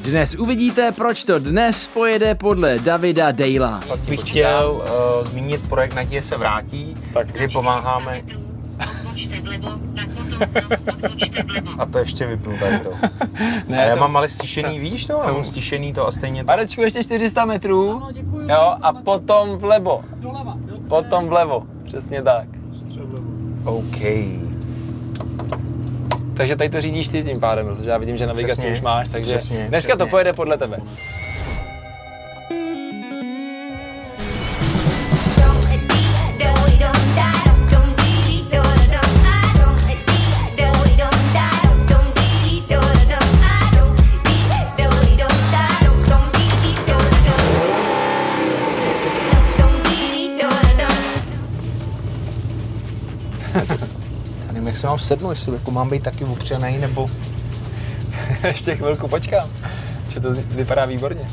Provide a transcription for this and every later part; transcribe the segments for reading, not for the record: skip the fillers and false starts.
Dnes uvidíte, proč to dnes pojede podle Davida Dejla. Bych chtěl zmínit projekt Naděje se vrátí, kdy pomáháme. A to ještě vypnu tady to. Ne, já mám ale stišený, víš to? Já mám stišený to a stejně to. Marečku, ještě 400 metrů. Ano, děkuji. Jo, a potom vlevo. Doleva, jo. Potom vlevo, přesně tak. OK. Takže tady to řídíš ty tím pádem, protože já vidím, že navigaci Přesně, už máš, takže přesně, dneska přesně. to pojede podle tebe. Nevím, jak se mám sednout, jestli jako mám být taky opřenej, nebo... Ještě chvilku počkám, že to vypadá výborně.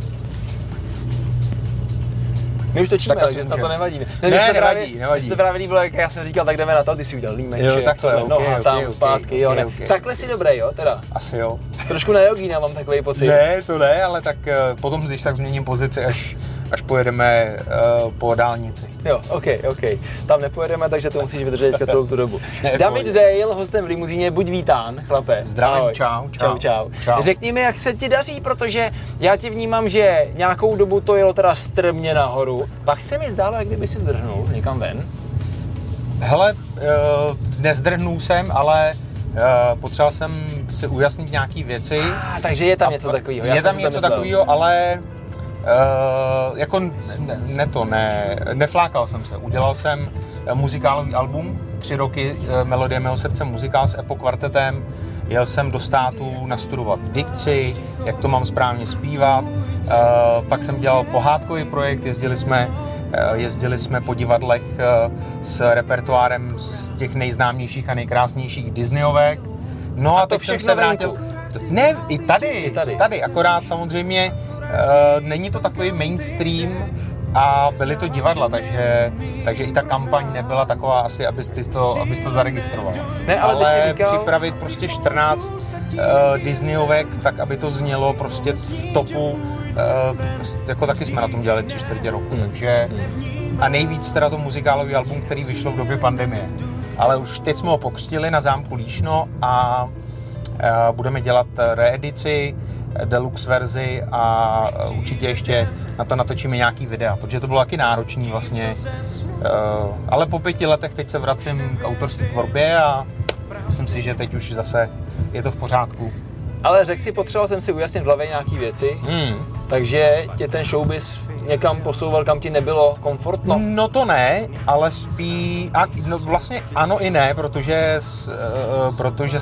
My už točíme, Tak takže snad to nevadí. Nevadí. Mně se právě líbilo, jak já jsem říkal, tak jdeme na to, ty si udělal límek, Jo, tak to je, noha tam, zpátky, jo, ne. okay. Takhle si dobrý, jo, teda. Asi jo. Trošku na jogína mám takový pocit. Ne, to ne, ale tak potom, když tak změním pozici, až pojedeme po dálnici. Jo, OK. Tam nepojedeme, takže to musíš vydržet teďka celou tu dobu. David Dale, hostem v limuzíně, buď vítán, chlape. Zdravím, Ahoj. čau. Řekni mi, jak se ti daří, protože já ti vnímám, že nějakou dobu to jelo teda strmě nahoru, pak se mi zdálo, jak kdyby si zdrhnul někam ven. Hele, nezdrhnul jsem, ale potřeboval jsem si ujasnit nějaký věci. Takže je tam něco takového. Je tam něco takového, ale jako neflákal jsem se. Udělal jsem muzikálový album, 3 roky Melodie mého srdce muzikál s EPO kvartetem. Jel jsem do států nastudovat dikci, jak to mám správně zpívat. Pak jsem dělal pohádkový projekt, jezdili jsme po divadlech s repertoárem z těch nejznámějších a nejkrásnějších Disneyovek. No a teď jsem se vrátil. Ne, i tady, akorát samozřejmě není to takový mainstream a byly to divadla, takže i ta kampaň nebyla taková asi, abys to zaregistroval. Ne, ale ty jsi říkal... připravit prostě 14 Disneyovek, tak aby to znělo prostě v topu, jako taky jsme na tom dělali 3/4 roku, takže a nejvíc teda to muzikálový album, který vyšlo v době pandemie. Ale už teď jsme ho pokřtili na zámku Líšno a budeme dělat reedici, deluxe verzi a určitě ještě na to natočíme nějaký videa, protože to bylo taky náročný vlastně. Ale po 5 letech teď se vracím k autorské tvorbě a myslím si, že teď už zase je to v pořádku. Ale řekl si, potřeboval jsem si ujasnit v hlavě nějaký věci, takže tě ten showbiz někam posouval, kam ti nebylo komfortno? No to ne, ale vlastně ano i ne, protože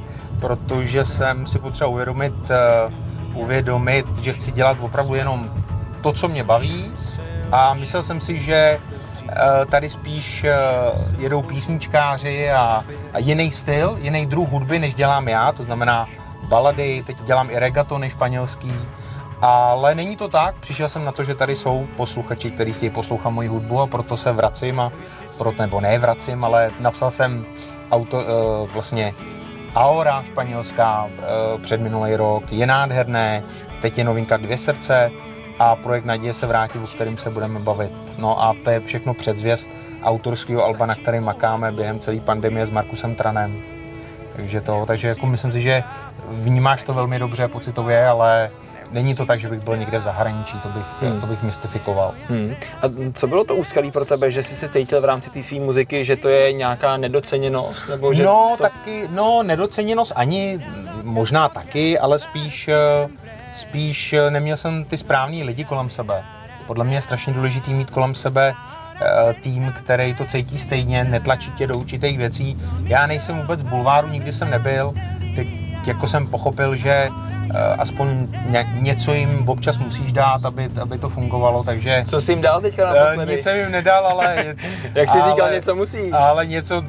jsem si potřeboval uvědomit, že chci dělat opravdu jenom to, co mě baví a myslel jsem si, že tady spíš jedou písničkáři a jiný styl, jiný druh hudby, než dělám já, to znamená balady, teď dělám i reggaetony španělský, ale není to tak, přišel jsem na to, že tady jsou posluchači, kteří chtějí poslouchat moji hudbu a proto se vracím ale napsal jsem vlastně Aura španělská předminulý rok, je nádherné, teď je novinka 2 srdce a projekt Naděje se vrátí, o kterým se budeme bavit. No a to je všechno předzvěst autorského alba, na kterém makáme během celé pandemie s Markusem Tranem. Takže jako myslím si, že vnímáš to velmi dobře pocitově, ale není to tak, že bych byl někde v zahraničí, to bych mystifikoval. A co bylo to úskalí pro tebe, že jsi se cítil v rámci té své muziky, že to je nějaká nedoceněnost? Nebo že nedoceněnost ani, možná taky, ale spíš neměl jsem ty správný lidi kolem sebe. Podle mě je strašně důležitý mít kolem sebe tým, který to cítí stejně, netlačí tě do určitých věcí. Já nejsem vůbec z bulváru, nikdy jsem nebyl. Teď jako jsem pochopil, že aspoň něco jim občas musíš dát, aby to fungovalo, takže... Co jsi jim dal teďka naposledy? Nic jsem jim nedal, ale... Jak jsi říkal, něco musí. Ale něco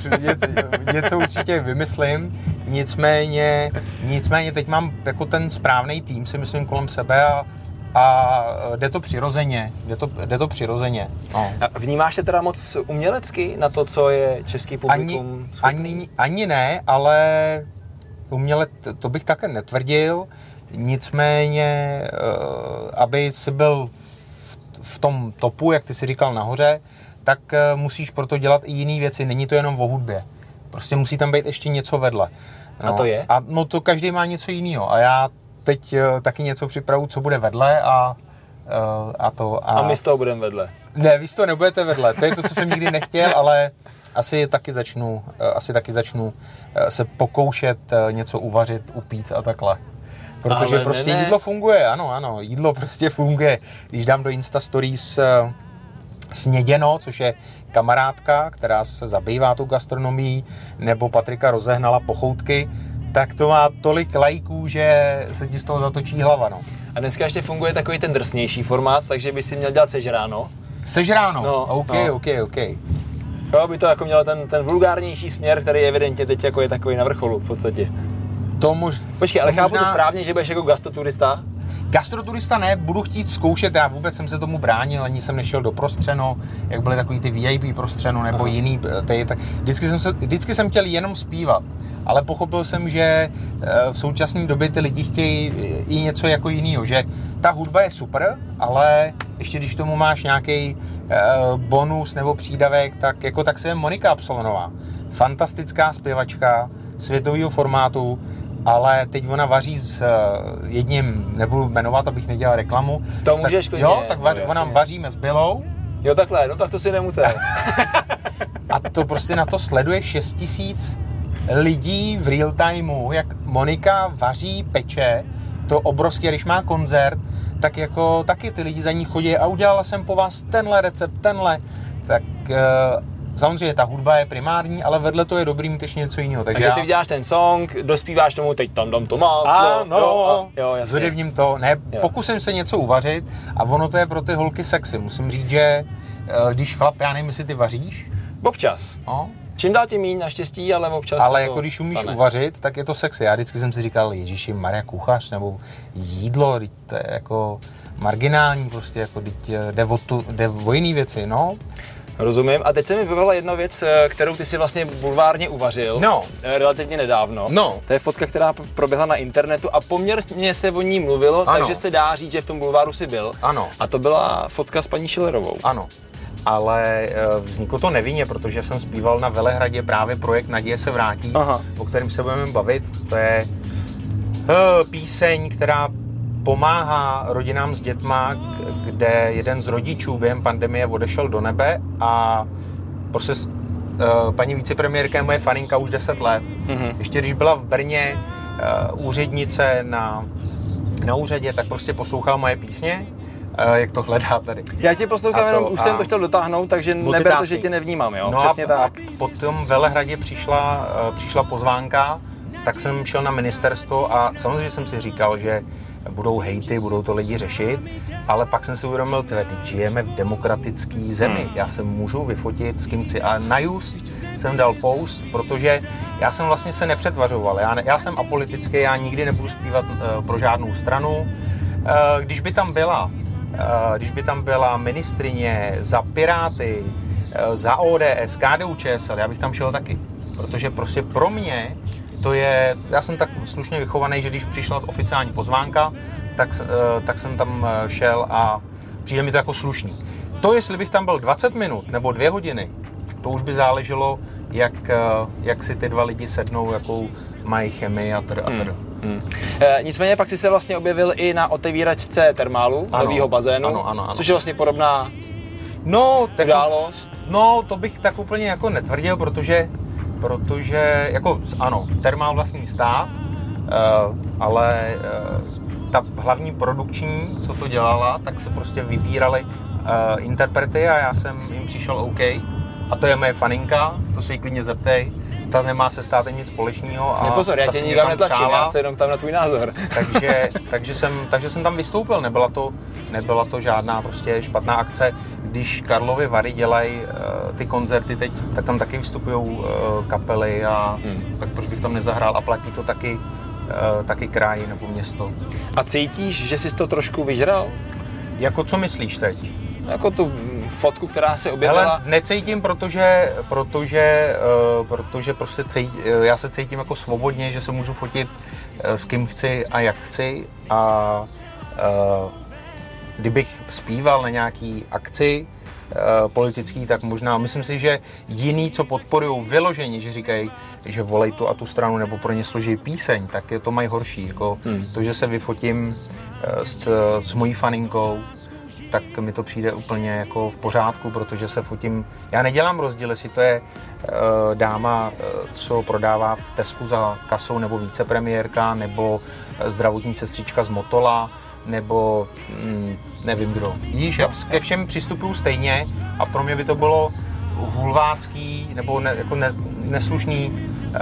určitě vymyslím, nicméně teď mám jako ten správný tým, si myslím, kolem sebe a jde to přirozeně. No. A vnímáš se teda moc umělecky na to, co je český publikum? Ani ne, ale to bych také netvrdil. nicméně, aby si byl v tom topu, jak ty si říkal, nahoře, tak musíš proto dělat i jiné věci, není to jenom o hudbě. Prostě musí tam být ještě něco vedle. No, a to je? No to každý má něco jiného a já teď taky něco připravu, co bude vedle a my z toho budeme vedle. Ne, vy z toho nebudete vedle, to je to, co jsem nikdy nechtěl, ale asi taky začnu se pokoušet něco uvařit, upít a takhle. Protože ale prostě jídlo funguje, ano, jídlo prostě funguje. Když dám do Insta Stories Sněděno, což je kamarádka, která se zabývá tou gastronomií, nebo Patrika Rozehnala Pochoutky, tak to má tolik lajků, že se ti z toho zatočí hlava, no. A dneska ještě funguje takový ten drsnější formát, takže by si měl dělat sežráno. Sežráno? No, OK. Jo, by to jako mělo ten vulgárnější směr, který evidentně teď jako je takový na vrcholu v podstatě. Počkej, ale chápu to správně, že budeš jako gastroturista? Gastroturista ne, budu chtít zkoušet, já vůbec jsem se tomu bránil, ani jsem nešel do Prostřeno, jak byly takový ty VIP Prostřeno nebo jiný, tak vždycky jsem chtěl jenom zpívat, ale pochopil jsem, že v současné době ty lidi chtějí i něco jako jinýho, že ta hudba je super, ale ještě když tomu máš nějaký bonus nebo přídavek, tak se je Monika Absolonová. Fantastická zpěvačka světového formátu, ale teď ona vaří s jedním, nebudu jmenovat, abych nedělal reklamu. To můžeš klidně. Jo, tak ona vaříme s Bylou. Jo, takhle, no tak to si nemusel. A to prostě na to sleduje 6 000 lidí v real timeu, jak Monika vaří, peče, to obrovské, když má koncert, tak jako taky ty lidi za ní chodí a udělala jsem po vás tenhle recept, tak samozřejmě ta hudba je primární, ale vedle to je dobrý mít ještě něco jiného. Takže ty uděláš ten song, dospíváš tomu, teď tam dám to máslo. Ano, zhudebním to, ne, pokusím se něco uvařit a ono to je pro ty holky sexy. Musím říct, že když chlap, já nevím, jestli ty vaříš. Občas. No. Čím dál tím míň naštěstí, ale občas. Ale jako když umíš uvařit, tak je to sexy. Já vždycky jsem si říkal, Ježíši Maria, kuchař nebo jídlo, to je jako marginální prostě, jako jde o jiný věci, no. Rozumím. A teď se mi vybrala jedna věc, kterou ty si vlastně bulvárně uvařil. Relativně nedávno. To je fotka, která proběhla na internetu a poměrně se o ní mluvilo, takže se dá říct, že v tom bulváru si byl. Ano. A to byla fotka s paní Schillerovou. Ano. Ale vzniklo to nevinně, protože jsem zpíval na Velehradě právě projekt Naděje se vrátí, o kterém se budeme bavit. To je píseň, která pomáhá rodinám s dětma, kde jeden z rodičů během pandemie odešel do nebe a prostě paní vicepremiérka je moje faninka už 10 let. Ještě když byla v Brně úřednice na úřadě, tak prostě poslouchal moje písně. Jak to hledá tady. Já tě poslouchám, jenom už jsem to chtěl dotáhnout, takže neber to, že tě nevnímám, jo? Přesně tak. A po tom Velehradě přišla pozvánka, tak jsem šel na ministerstvo a samozřejmě jsem si říkal, že budou hejty, budou to lidi řešit, ale pak jsem si uvědomil, teď žijeme v demokratické zemi, já se můžu vyfotit s kým chci. A na Just jsem dal post, protože já jsem vlastně se nepřetvařoval, já jsem apolitický, já nikdy nebudu zpívat pro žádnou stranu. Když by tam byla ministryně za Piráty, za ODS, KDU-ČSL, já bych tam šel taky. Protože prostě pro mě to je, já jsem tak slušně vychovaný, že když přišla oficiální pozvánka, tak jsem tam šel a přijde mi to jako slušný. To, jestli bych tam byl 20 minut nebo 2 hodiny, to už by záleželo, jak si ty dva lidi sednou, jakou mají chemii a Nicméně pak si se vlastně objevil i na otevíračce termálu, novýho bazénu, ano. Což je vlastně podobná událost. No, to bych tak úplně jako netvrdil, protože jako ano, termál vlastní stát, ale ta hlavní produkční, co to dělala, tak se prostě vybírali interprety a já jsem jim přišel OK. A to je moje faninka, to se jí klidně zeptej, ta nemá se státem nic společného. Nepozor, já tě nikam netlačím, já se jenom tam na tvůj názor. takže jsem tam vystoupil, nebyla to žádná prostě špatná akce. Když Karlovy Vary dělají ty koncerty teď, tak tam taky vystupují kapely a tak proč bych tam nezahrál a platí to taky kraj nebo město. A cítíš, že jsi to trošku vyžral? Jako co myslíš teď? Jako tu fotku, která se objevila? Hele, necítím, protože prostě já se cítím jako svobodně, že se můžu fotit s kým chci a jak chci a kdybych zpíval na nějaký akci politický, tak možná, myslím si, že jiný, co podporují vyložení, že říkají, že volej tu a tu stranu nebo pro ně složí píseň, tak je to mají horší. Jako to, že se vyfotím s mojí faninkou, tak mi to přijde úplně jako v pořádku, protože se fotím, já nedělám rozdíl, jestli to je dáma, co prodává v Tesku za kasou, nebo vicepremiérka, nebo zdravotní sestřička z Motola, nebo nevím kdo. Víš, já ke všem přistupuju stejně a pro mě by to bylo hulvácký nebo jako neslušný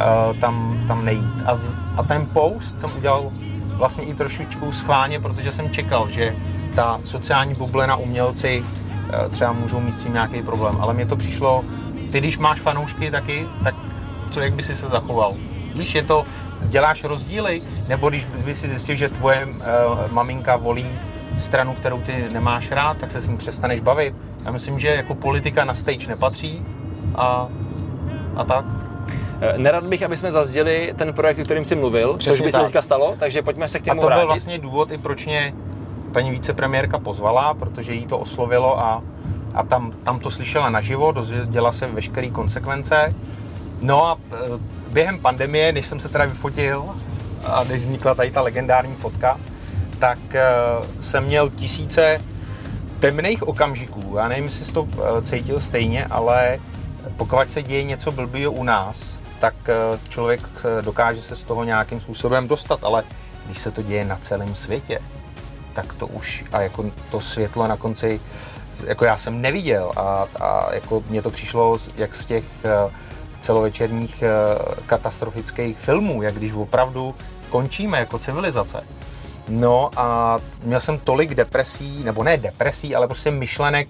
tam nejít. A ten post jsem udělal vlastně i trošičku schválně, protože jsem čekal, že ta sociální bublina umělci třeba můžou mít s tím nějaký problém. Ale mně to přišlo, ty když máš fanoušky taky, tak co, jak by si se zachoval? Víš, je to, děláš rozdíly, nebo když by si zjistil, že tvoje maminka volí stranu, kterou ty nemáš rád, tak se s ní přestaneš bavit. Já myslím, že jako politika na stage nepatří a tak. Nerad bych, aby jsme zazděli ten projekt, o kterým jsi mluvil, přesně což by se teďka stalo, takže pojďme se k němu vrátit. A to byl vlastně důvod, i proč mě paní vicepremiérka pozvala, protože jí to oslovilo a tam to slyšela naživo, dozvěděla se veškeré konsekvence. No a během pandemie, než jsem se teda vyfotil a než vznikla tady ta legendární fotka, tak jsem měl tisíce temných okamžiků. Já nevím, jestli jsi to cítil stejně, ale pokud se děje něco blbýho u nás, tak člověk dokáže se z toho nějakým způsobem dostat, ale když se to děje na celém světě, tak to už, a jako to světlo na konci, jako já jsem neviděl a jako mně to přišlo jak z těch celovečerních katastrofických filmů, jak když opravdu končíme jako civilizace. No a měl jsem tolik depresí, nebo ne depresí, ale prostě myšlenek,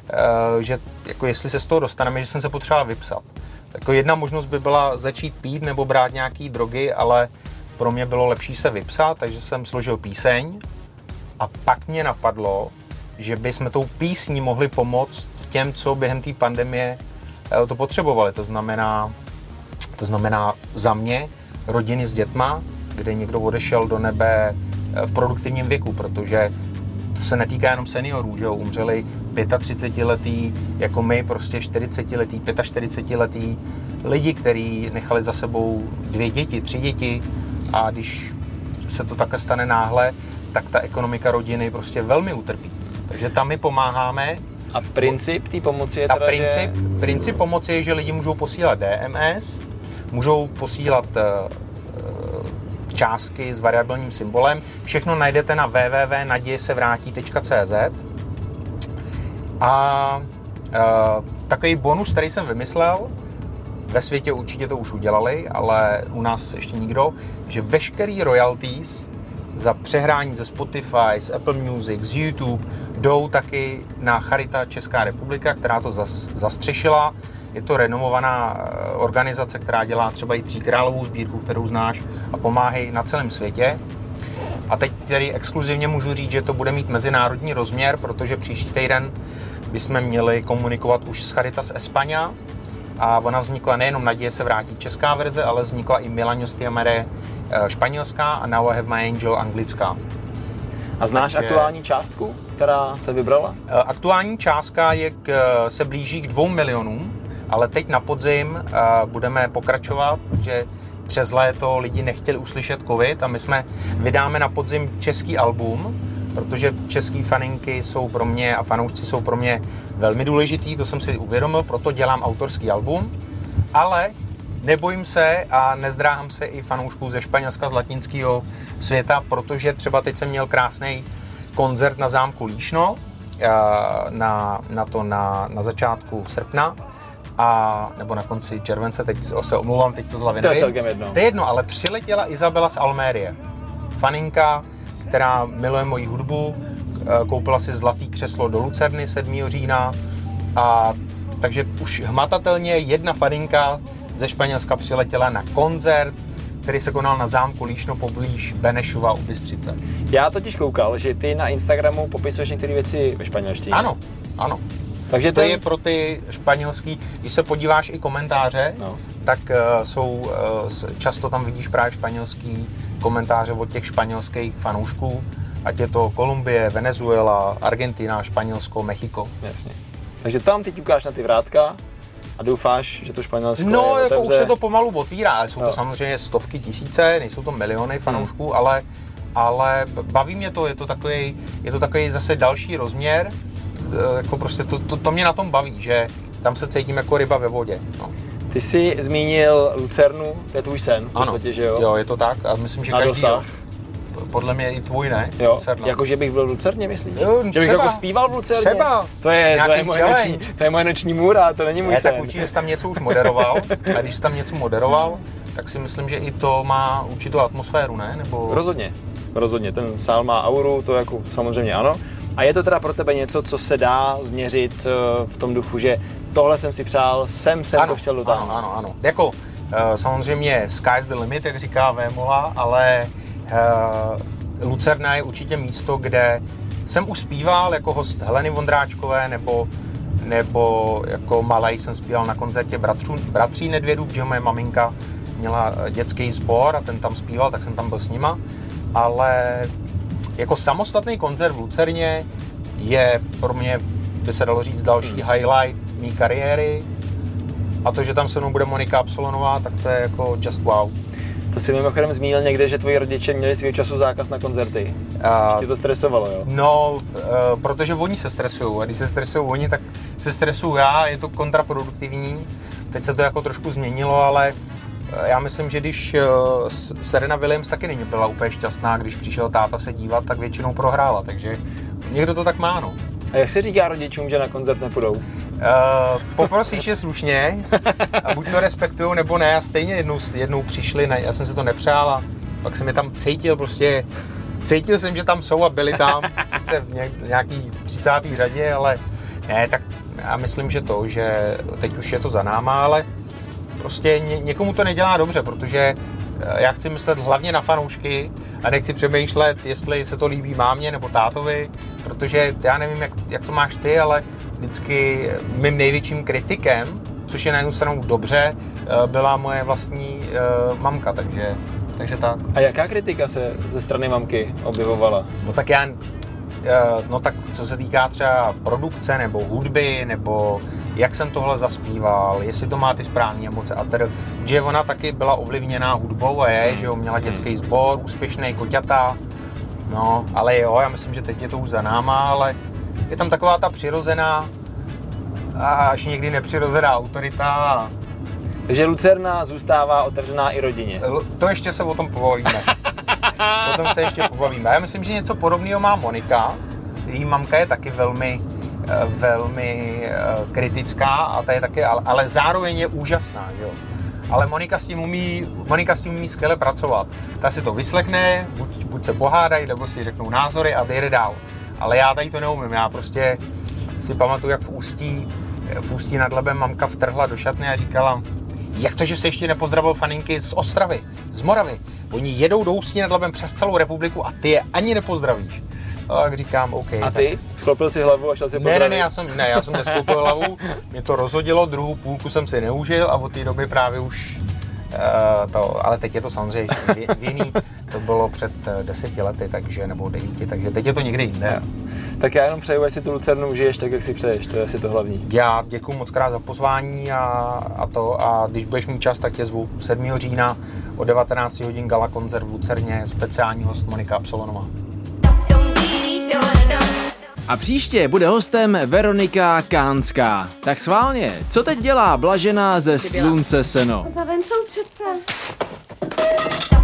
že jako jestli se z toho dostaneme, že jsem se potřeboval vypsat. Jako jedna možnost by byla začít pít nebo brát nějaký drogy, ale pro mě bylo lepší se vypsat, takže jsem složil píseň a pak mě napadlo, že bychom tou písní mohli pomoct těm, co během té pandemie to potřebovali. To znamená za mě rodiny s dětma, kde někdo odešel do nebe v produktivním věku, protože to se netýká jenom seniorů, že jo, umřeli 35letý, jako my, prostě 40letý, 45letý lidi, kteří nechali za sebou 2 děti, 3 děti a když se to takhle stane náhle, tak ta ekonomika rodiny prostě velmi utrpí. Takže tam my pomáháme. A princip té pomoci je teda, princip pomoci je, že lidi můžou posílat DMS, můžou posílat částky s variabilním symbolem. Všechno najdete na www.nadějesevrátí.cz a takový bonus, který jsem vymyslel, ve světě určitě to už udělali, ale u nás ještě nikdo, že veškerý royalties za přehrání ze Spotify, z Apple Music, z YouTube jdou taky na Charita Česká republika, která to zastřešila. Je to renomovaná organizace, která dělá třeba i Tříkrálovou sbírku, kterou znáš, a pomáhají na celém světě. A teď tedy exkluzivně můžu říct, že to bude mít mezinárodní rozměr, protože příští týden bychom měli komunikovat už s Charitas España a ona vznikla nejenom Naděje se vrátí česká verze, ale vznikla i Milanos te amaré španělská a Now I Have My Angel anglická. A znáš aktuální částku, která se vybrala? Aktuální částka se blíží k 2 milionům, ale teď na podzim budeme pokračovat, že přes léto lidi nechtěli uslyšet covid a my vydáme na podzim český album, protože český faninky jsou pro mě a fanoušci jsou pro mě velmi důležitý, to jsem si uvědomil, proto dělám autorský album, ale nebojím se a nezdráhám se i fanoušků ze Španělska, z latinského světa, protože třeba teď jsem měl krásný koncert na zámku Líšno na začátku srpna nebo na konci července, teď se omlouvám, teď to z hlavy nevím. To je celkem jedno. To je jedno, ale přiletěla Izabela z Almérie, faninka, která miluje moji hudbu, koupila si zlatý křeslo do Lucerny 7. října takže už hmatatelně jedna faninka ze Španělska přiletěla na koncert, který se konal na zámku Líšno poblíž Benešova u Bystřice. Já totiž koukal, že ty na Instagramu popisuješ některé věci ve španělštině. Ano. Takže to je pro ty španělský, když se podíváš i komentáře, tak často tam vidíš právě španělský komentáře od těch španělských fanoušků, ať je to Kolumbie, Venezuela, Argentina, Španělsko, Mexiko. Jasně. Takže tam teď ukáž na ty vrátka a doufáš, že to Španělsko no, jako už se to pomalu otvírá, jsou to samozřejmě stovky tisíce, nejsou to miliony fanoušků, ale baví mě to, je to takový zase další rozměr, jako prostě to mě na tom baví, že tam se cítím jako ryba ve vodě. No. Ty jsi zmínil Lucernu, to je tvůj sen v podstatě, že jo? Jo, je to tak a myslím, že na každý dosah. Podle mě i tvůj, ne? Jo, jako že bych byl v Lucerně, myslíš? Jo, že bych jako zpíval v Lucerně? Třeba. To je moje noční můra, to není můj sen. Tak určitě jsi tam něco už moderoval a když jsi tam něco moderoval, tak si myslím, že i to má určitou atmosféru, ne? Nebo... Rozhodně, ten sál má auru, to jako samozřejmě ano. A je to teda pro tebe něco, co se dá změřit v tom duchu, že tohle jsem si přál, jsem to chtěl dotáhnout. Ano. Jako samozřejmě sky's the limit, jak říká Vémola, ale Lucerna je určitě místo, kde jsem už zpíval jako host Heleny Vondráčkové, nebo jako malej jsem zpíval na koncertě Bratří Nedvědů, protože moje maminka měla dětský sbor a ten tam zpíval, tak jsem tam byl s nima, ale jako samostatný koncert v Lucerně je pro mě, by se dalo říct, další highlight mý kariéry a to, že tam se mnou bude Monika Absolonová, tak to je jako just wow. To si mimochodem zmínil někde, že tvoji rodiče měli svýho času zákaz na koncerty. Tě to stresovalo, jo? No, protože oni se stresují a když se stresují oni, tak se stresuju já, je to kontraproduktivní. Teď se to jako trošku změnilo, ale já myslím, že když Serena Williams taky není byla úplně šťastná, když přišel táta se dívat, tak většinou prohrála, takže někdo to tak má, no. A jak se říká rodičům, že na koncert nepůjdou? Poprosíš je slušně a buď to respektujou, nebo ne. A stejně jednou přišli, já jsem si to nepřál a pak jsem je tam cítil jsem, že tam jsou a byli tam, sice v nějaký 30. řadě, ale ne, tak já myslím, že teď už je to za náma, ale prostě někomu to nedělá dobře, protože já chci myslet hlavně na fanoušky a nechci přemýšlet, jestli se to líbí mámě nebo tátovi, protože já nevím, jak to máš ty, ale vždycky mým největším kritikem, což je na jednu stranu dobře, byla moje vlastní mamka, takže tak. A jaká kritika se ze strany mamky objevovala? No tak co se týká třeba produkce nebo hudby, nebo jak jsem tohle zaspíval, jestli to má ty správné emoce a tedy, že ona taky byla ovlivněná hudbou a že jo, měla dětský sbor, úspěšný koťata, no, ale jo, já myslím, že teď je to už za náma, ale je tam taková ta přirozená a až někdy nepřirozená autorita. Takže Lucerna zůstává otevřená i rodině. To ještě se o tom pobavíme. O tom se ještě pobavíme. Já myslím, že něco podobného má Monika. Její mamka je taky velmi kritická a ta je taky, ale zároveň je úžasná, jo. Ale Monika s tím umí skvěle pracovat. Ta si to vyslechne, buď se pohádají, nebo si řeknou názory a jde dál. Ale já tady to neumím, já prostě si pamatuju, jak v Ústí nad Labem mamka vtrhla do šatny a říkala, jak to, že se ještě nepozdravil faninky z Ostravy, z Moravy. Oni jedou do Ústí nad Labem přes celou republiku a ty je ani nepozdravíš. Tak říkám, OK. A ty? Sklopil si hlavu a šel si pozdravit? Ne, já jsem nesklopil hlavu, mě to rozhodilo, druhou půlku jsem si neužil a od té doby právě už ale teď je to samozřejmě jiný, to bylo před 10 lety, takže, nebo 9, takže teď je to někde jinde. Tak já jenom přeju, ať si tu Lucernu užiješ tak, jak si přeješ, to je asi to hlavní. Já děkuju moc krát za pozvání a když budeš mít čas, tak tě zvu 7. října o 19 hodin gala koncert v Lucerně, speciální host Monika Absolonová. A příště bude hostem Veronika Kánská. Tak schválně, co teď dělá Blažená ze Slunce seno? Poznaven jsou přece.